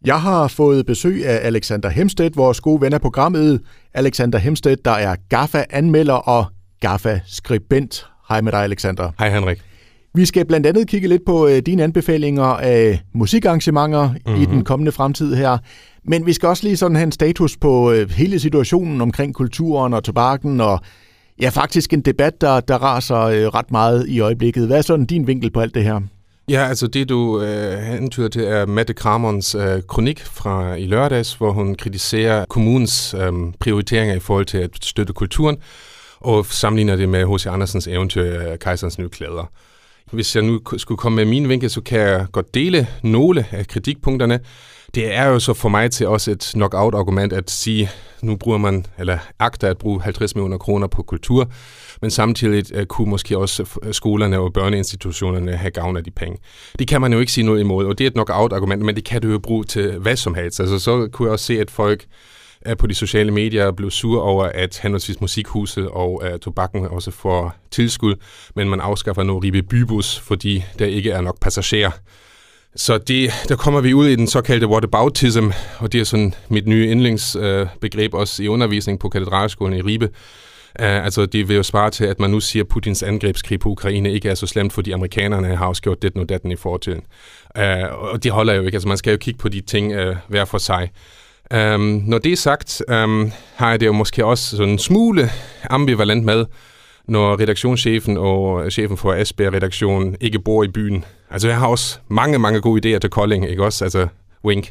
Jeg har fået besøg af Alexander Hemstedt, vores gode ven af programmet. Alexander Hemstedt, der er GAFFA-anmelder og GAFFA-skribent. Hej med dig, Alexander. Hej, Henrik. Vi skal blandt andet kigge lidt på dine anbefalinger af musikarrangementer i den kommende fremtid her. Men vi skal også lige sådan have en status på hele situationen omkring kulturen og tobakken, og ja, faktisk en debat, der raser ret meget i øjeblikket. Hvad er sådan din vinkel på alt det her? Ja, altså det du hentyder til er Mette Kramons kronik fra i lørdags, hvor hun kritiserer kommunens prioriteringer i forhold til at støtte kulturen, og sammenligner det med H.C. Andersens eventyr Kejserens nye klæder. Hvis jeg nu skulle komme med min vinkel, så kan jeg godt dele nogle af kritikpunkterne. Det er jo så for mig til også et knockout-argument at sige, nu bruger man, eller agter at bruge 50 millioner kroner på kultur, men samtidig kunne måske også skolerne og børneinstitutionerne have gavn af de penge. Det kan man jo ikke sige noget imod, og det er et knockout-argument, men det kan du jo bruge til hvad som helst. Altså så kunne jeg også se, at folk på de sociale medier blev sure over, at henholdsvis Musikhuset og tobakken også får tilskud, men man afskaffer nu Ribe Bybus, fordi der ikke er nok passagerer. Så der kommer vi ud i den såkaldte whataboutism, og det er sådan mit nye yndlingsbegreb også i undervisning på Katedralskolen i Ribe. Altså det vil jo svare til, at man nu siger, at Putins angrebskrig på Ukraine ikke er så slemt, fordi amerikanerne har også gjort det og datten i fortiden. Og det holder jo ikke. Altså man skal jo kigge på de ting hver for sig. Når det er sagt, har jeg det jo måske også sådan en smule ambivalent med, når redaktionschefen og chefen for Esbjerg-redaktionen ikke bor i byen. Altså jeg har også mange gode idéer til Kolding, ikke også? Altså wink.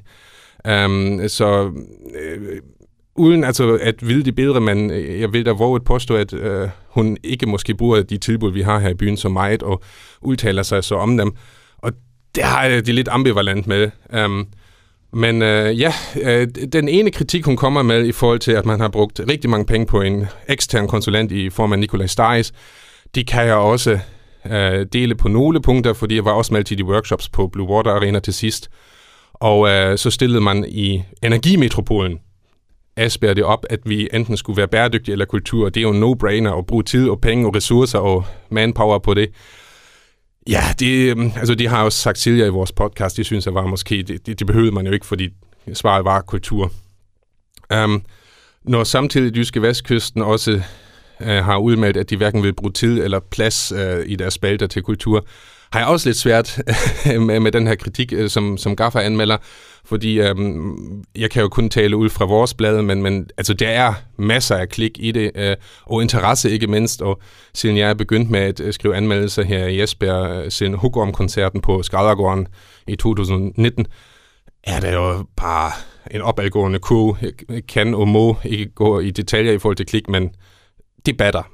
Uden altså at ville det bedre, men jeg vil da våge at påstå, at hun ikke måske bruger de tilbud, vi har her i byen så meget, og udtaler sig så om dem. Og det har jeg det lidt ambivalent med. Den ene kritik, hun kommer med i forhold til, at man har brugt rigtig mange penge på en ekstern konsulent i form af Nikolaj Staris, det kan jeg også dele på nogle punkter, fordi jeg var også med til de workshops på Blue Water Arena til sidst. Og så stillede man i Energimetropolen Esbjerg det op, at vi enten skulle være bæredygtige eller kultur. Det er jo en no-brainer at bruge tid og penge og ressourcer og manpower på det. Ja, det har jeg også sagt tidligere i vores podcast. Det synes jeg var måske, det behøvede man jo ikke, fordi svaret var kultur. Når samtidig Jyske Vestkysten også har udmeldt, at de hverken vil bruge tid eller plads i deres spalter til kultur, har jeg også lidt svært med den her kritik, som GAFFA-anmelder, fordi jeg kan jo kun tale ud fra vores blad, men altså, der er masser af klik i det, og interesse ikke mindst, og siden jeg er begyndt med at skrive anmeldelser her i Esbjerg, siden Hugorm-koncerten på Skræddergården i 2019, er der jo bare en opadgående kurve. Jeg kan og må ikke gå i detaljer i forhold til klik, men det batter.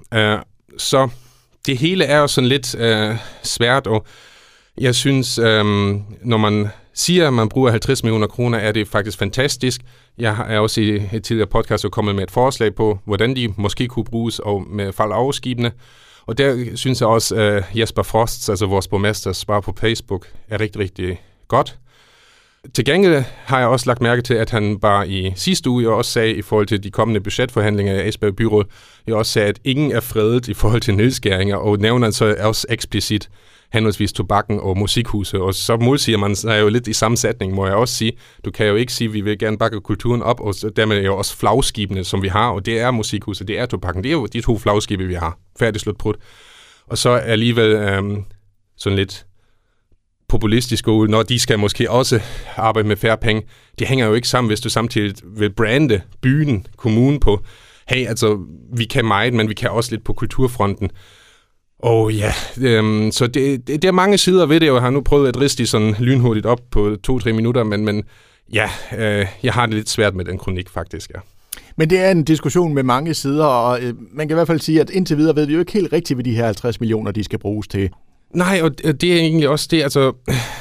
Så det hele er jo sådan lidt svært, og jeg synes, når man siger, at man bruger 50 millioner kroner, er det faktisk fantastisk. Jeg er også i et tidligere podcast kommet med et forslag på, hvordan de måske kunne bruges og med faldafskibene. Og der synes jeg også, Jesper Frost, altså vores borgmester, svar på Facebook, er rigtig, rigtig godt. Til gengæld har jeg også lagt mærke til, at han bare i sidste uge også sagde, i forhold til de kommende budgetforhandlinger i Esbjerg Byråd, jeg også sagde, at ingen er fredet i forhold til nedskæringer, og nævner så også eksplicit henholdsvis tobakken og Musikhuset, og så modsiger man sig jo lidt i sammensætning, må jeg også sige. Du kan jo ikke sige, at vi vil gerne bakke kulturen op, og dermed er jo også flagskibene, som vi har, og det er Musikhuset, det er tobakken, det er jo de to flagskibe, vi har. Færdig slut prut. Og så alligevel sådan lidt populistiske ud, når de skal måske også arbejde med færre penge. Det hænger jo ikke sammen, hvis du samtidig vil brande byen, kommunen på, hey, altså, vi kan meget, men vi kan også lidt på kulturfronten. Og ja, så det er mange sider ved det, og jeg har nu prøvet at riste sådan lynhurtigt op på 2-3 minutter, men ja, jeg har det lidt svært med den kronik faktisk, ja. Men det er en diskussion med mange sider, og man kan i hvert fald sige, at indtil videre ved vi jo ikke helt rigtigt, hvad de her 50 millioner, de skal bruges til. Nej, og det er egentlig også det, altså,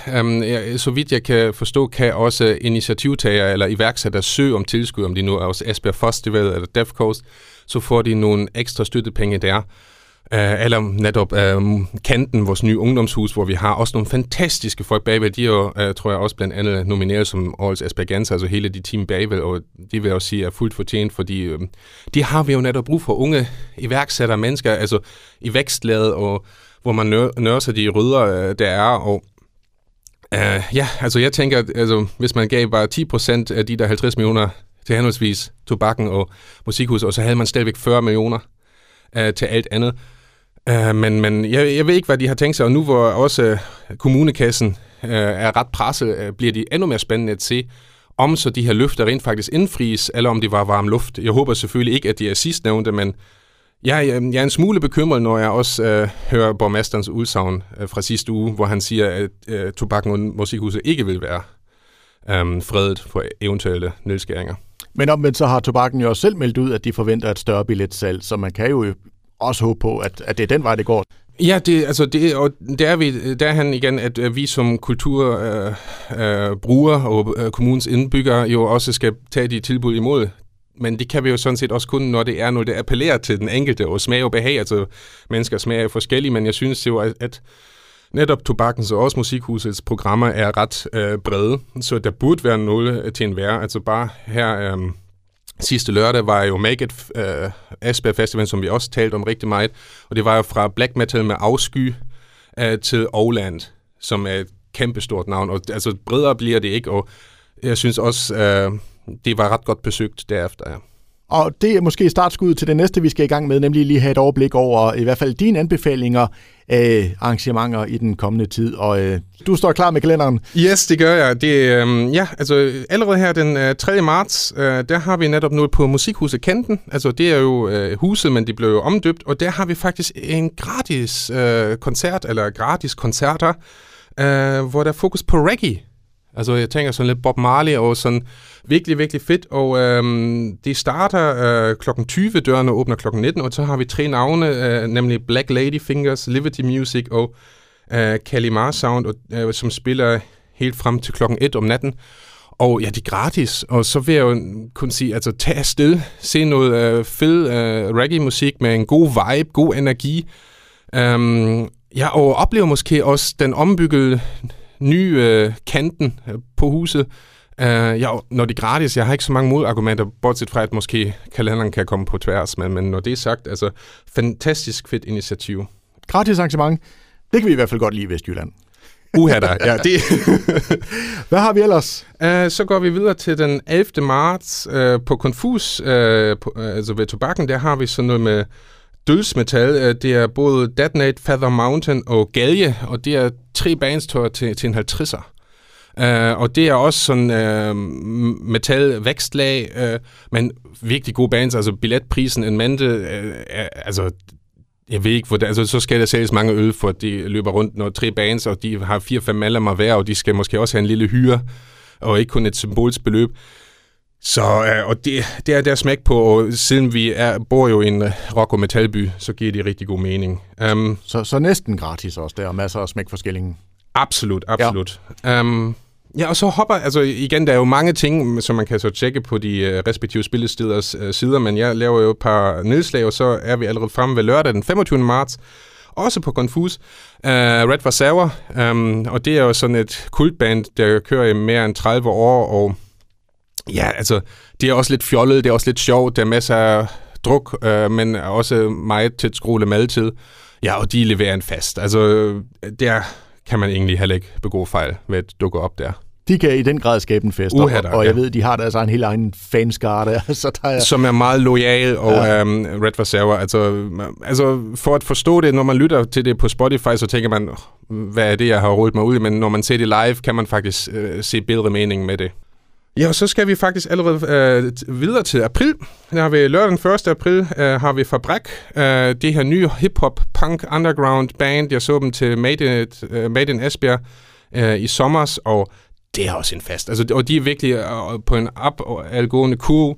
så vidt jeg kan forstå, kan også initiativtagere eller iværksættere søge om tilskud, om de nu er også Esbjerg Festival eller Deaf Coast, så får de nogle ekstra støttepenge der. Eller netop Kanten, vores nye ungdomshus, hvor vi har også nogle fantastiske folk bagved. De er jo, tror jeg, også blandt andet nomineret som Årets Asperganser, altså hele de team bagved, og de vil også sige er fuldt fortjent, fordi de har vi jo netop brug for unge iværksættere mennesker, altså i vækstlaget, og hvor man nørser de rødder, der er, og Ja, altså jeg tænker, altså, hvis man gav bare 10% af de der 50 millioner til henholdsvis tobakken og musikhus, og så havde man stadigvæk 40 millioner til alt andet. Men jeg ved ikke, hvad de har tænkt sig, og nu hvor også kommunekassen er ret presset, bliver de endnu mere spændende at se, om så de her løfter rent faktisk indfries, eller om det var varm luft. Jeg håber selvfølgelig ikke, at de er sidstnævnte, men jeg er en smule bekymret, når jeg også hører borgmesterens udsagn fra sidste uge, hvor han siger, at tobakken og musikhuset ikke vil være fredet for eventuelle nedskæringer. Men omvendt så har tobakken jo også selv meldt ud, at de forventer et større billetsalg, så man kan jo også håbe på, at det er den vej, det går. Ja, der er han igen, at vi som kulturbrugere og kommunens indbyggere jo også skal tage de tilbud imod. Men det kan vi jo sådan set også kun, når det appellerer til den enkelte og smag og behag. Altså, mennesker smager forskellige, men jeg synes jo, at netop tobakkens og også musikhusets programmer er ret brede, så der burde være noget til enhver. Altså bare her sidste lørdag var jo Make It Esbjerg Festival, som vi også talte om rigtig meget, og det var jo fra black metal med afsky til Oland, som er et kæmpestort navn, og altså bredere bliver det ikke, og jeg synes også, det var ret godt besøgt derefter, ja. Og det er måske startskuddet til det næste, vi skal i gang med, nemlig lige have et overblik over i hvert fald dine anbefalinger af arrangementer i den kommende tid. Og du står klar med kalenderen? Yes, det gør jeg. Altså allerede her den 3. marts, der har vi netop noget på Musikhuset Kanten. Altså det er jo huset, men det blev jo omdøbt, og der har vi faktisk en gratis koncert, eller gratis koncerter, hvor der er fokus på reggae. Altså, jeg tænker sådan lidt Bob Marley og sådan virkelig, virkelig fedt. Og det starter klokken 20, dørene åbner klokken 19, og så har vi 3 navne, nemlig Black Lady Fingers, Liberty Music og Kalimar Sound, som spiller helt frem til klokken 1 om natten. Og ja, det er gratis, og så vil jeg jo kunne sige, altså tag afsted, se noget fed reggae-musik med en god vibe, god energi. Ja, og oplever måske også den ombyggede nye kanten på huset. Ja, når det er gratis, jeg har ikke så mange modargumenter, bortset fra, at måske kalenderen kan komme på tværs, men når det er sagt, altså fantastisk fedt initiativ. Gratis arrangement, det kan vi i hvert fald godt lide i Vestjylland. Ja, det. Hvad har vi ellers? Så går vi videre til den 11. marts på Confus, altså ved tobakken, der har vi sådan noget med dødsmetal. Det er både Detonate, Feather Mountain og Galje, og det er 3 bands til en 50'er. Og det er også sådan metal-vækstlag, men virkelig gode bands. Altså billetprisen en mande, altså jeg ved ikke, altså så skal der sælges mange øl, for at de løber rundt, når 3 bands, og de har 4-5 medlemmer hver, og de skal måske også have en lille hyre, og ikke kun et symbolsk beløb. Så, og det er der smæk på, og siden vi bor jo i en rock- og metalby, så giver det rigtig god mening. Så næsten gratis også, der er masser af smæk for skillingen. Absolut. Ja, og så altså igen, der er jo mange ting, som man kan så tjekke på de respektive spillesteders sider, men jeg laver jo et par nedslag, og så er vi allerede fremme ved lørdag den 25. marts, også på Confus, Red for Sour, og det er jo sådan et kultband, der kører i mere end 30 år, og ja, altså, det er også lidt fjollet, det er også lidt sjovt, der er masser af druk, men også meget til skrulle madtid. Ja, og de leverer en fast. Altså, der kan man egentlig heller ikke begå fejl ved at dukke op der. De kan i den grad skabe en fest, og jeg ved, de har altså en helt egen fanskare der. Så der er... Som er meget loyal, og Red for Sour, altså for at forstå det, når man lytter til det på Spotify, så tænker man, hvad er det, jeg har rodet mig ud, men når man ser det live, kan man faktisk se bedre mening med det. Ja, og så skal vi faktisk allerede videre til april. Der har vi lørdag den 1. april, har vi Fabrik, det her nye hip-hop, punk, underground band. Jeg så dem til Made in Esbjerg i sommers, og det er også en fest. Altså, og de er virkelig på en op-algående kurve,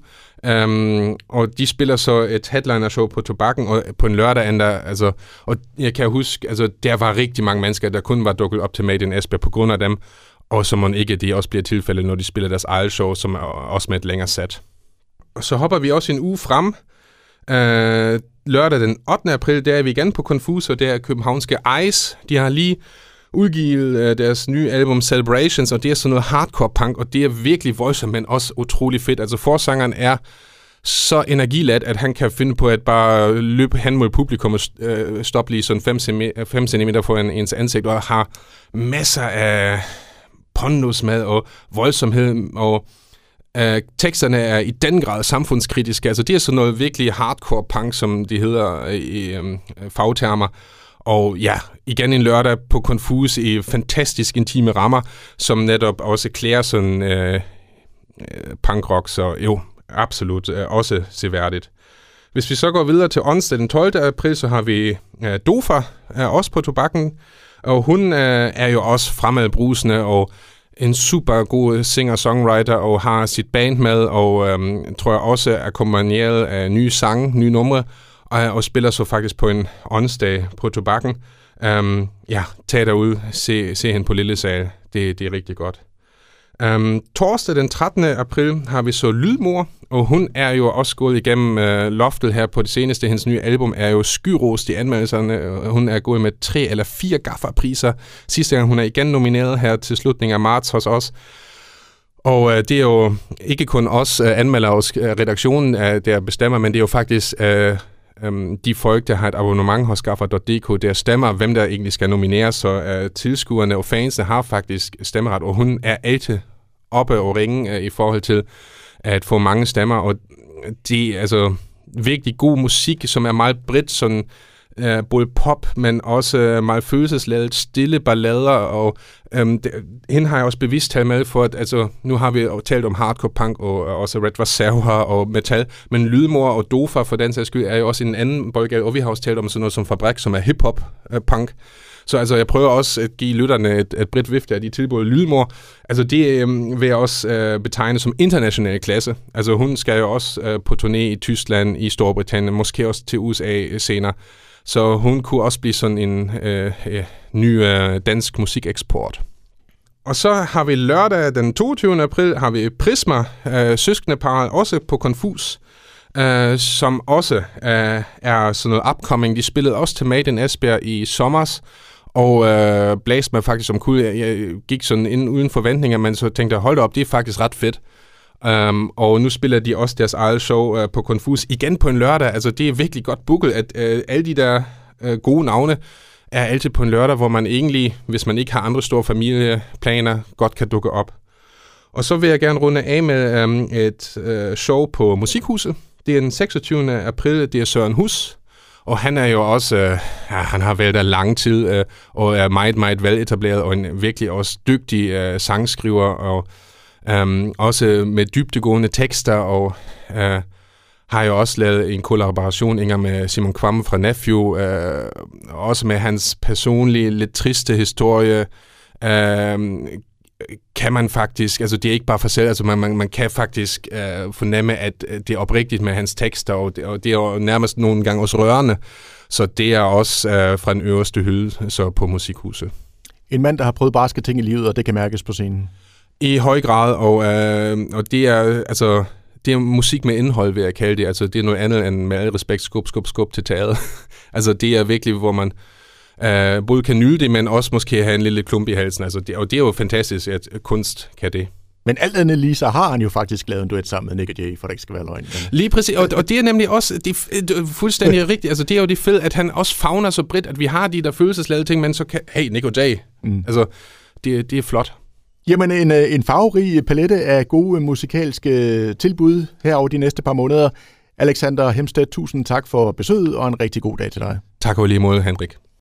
og de spiller så et headliner-show på Tobakken, og på en lørdag altså, og jeg kan huske, altså, der var rigtig mange mennesker, der kun var dukket op til Made in Esbjerg på grund af dem, og så må ikke det også bliver tilfældet, når de spiller deres eget show, som er også med et længere sat. Og så hopper vi også en uge frem. Lørdag den 8. april, der er vi igen på Confus, og der er københavnske Ice. De har lige udgivet deres nye album Celebrations, og det er sådan noget hardcore punk, og det er virkelig voldsomt, men også utrolig fedt. Altså forsangeren er så energilat, at han kan finde på at bare løbe hen mod publikum og stoppe lige sådan 5 cm foran ens ansigt, og har masser af pondus med, og voldsomhed, og teksterne er i den grad samfundskritiske. Altså det er sådan noget virkelig hardcore punk, som det hedder i fagtermer. Og ja, igen en lørdag på Confus i fantastisk intime rammer, som netop også klæder sådan punkrock, så jo, absolut også seværdigt. Hvis vi så går videre til onsdag den 12. april, så har vi Dofa, også på Tobakken, og hun er jo også fremadbrusende og en super god singer-songwriter og har sit band med, og tror jeg også er akkompagneret af nye sange, nye numre, og spiller så faktisk på en onsdag på Tobakken. Tag derud, se hende på Lille Sal. Det er rigtig godt. Torsdag den 13. april har vi så Lydmor, og hun er jo også gået igennem loftet her på det seneste. Hendes nye album er jo skyrost i anmeldelserne. Hun er gået med 3 eller 4 Gaffa-priser. Sidste gang hun er igen nomineret her til slutningen af marts hos os. Og det er jo ikke kun os anmeldere hos redaktionen, der bestemmer, men det er jo faktisk de folk, der har et abonnement hos Gaffa.dk, der stemmer, hvem der egentlig skal nomineres, så tilskuerne og fansene har faktisk stemmeret, og hun er altid oppe og ringe i forhold til at få mange stemmer, og det er altså virkelig god musik, som er meget bredt, sådan både pop, men også meget følelsesladet, stille ballader, og hende har jeg også bevidst talt med for, at altså, nu har vi talt om hardcore punk, og også Red Reservoir og metal, men Lydmor og Dofa for den sags skyld er jo også en anden boldgade, og vi har også talt om sådan noget som Fabrik, som er hip-hop punk. Så altså, jeg prøver også at give lytterne et bredt vifte af de tilbud. Lydmor, altså det vil jeg også betegne som international klasse. Altså hun skal jo også på turné i Tyskland, i Storbritannien, måske også til USA senere. Så hun kunne også blive sådan en ny dansk musikeksport. Og så har vi lørdag den 22. april, har vi Prisma, søskendeparret, også på Confus, som også er sådan noget upcoming. De spillede også til Made in Esbjerg i sommers, og blæste mig faktisk om kul. Jeg gik sådan ind uden forventninger, men så tænkte jeg, hold op, det er faktisk ret fedt. Og nu spiller de også deres eget show på Confus igen på en lørdag. Altså det er virkelig godt booket, at alle de der gode navne er altid på en lørdag, hvor man egentlig, hvis man ikke har andre store familieplaner, godt kan dukke op. Og så vil jeg gerne runde af med et show på Musikhuset. Det er den 26. april, det er Søren Hus. Og han er jo også, han har været der lang tid, og er meget, meget veletableret, og en virkelig også dygtig sangskriver, og også med dybdegående tekster, og har jo også lavet en kollaboration med Simon Kvamme fra Nephew, også med hans personlige, lidt triste historie, kan man faktisk, altså det er ikke bare for selv, altså man kan faktisk fornemme, at det er oprigtigt med hans tekster, og det er jo nærmest nogle gange også rørende, så det er også fra den øverste hylde, så på Musikhuset. En mand, der har prøvet barske ting i livet, og det kan mærkes på scenen. I høj grad, og det er altså det er musik med indhold, vil jeg kalde det. Altså det er noget andet end med al respekt skub til teater. Altså det er virkelig, hvor man både kan nyde det, men også måske have en lille klump i halsen. Altså og det er jo fantastisk, at kunst kan det. Men alt andet lige, så har han jo faktisk lavet en duet sammen med Nick og Jay, for det ikke skal være løgn. Lige præcis, og det er nemlig også det er fuldstændig rigtigt. Altså det er jo det fedt, at han også favner så bredt, at vi har de der følelsesladede ting, men så kan, hey, Nick og Jay. Altså det er flot. Jamen, en farverig palette af gode musikalske tilbud her over de næste par måneder. Alexander Hemstedt, tusind tak for besøget, og en rigtig god dag til dig. Tak og lige måde, Henrik.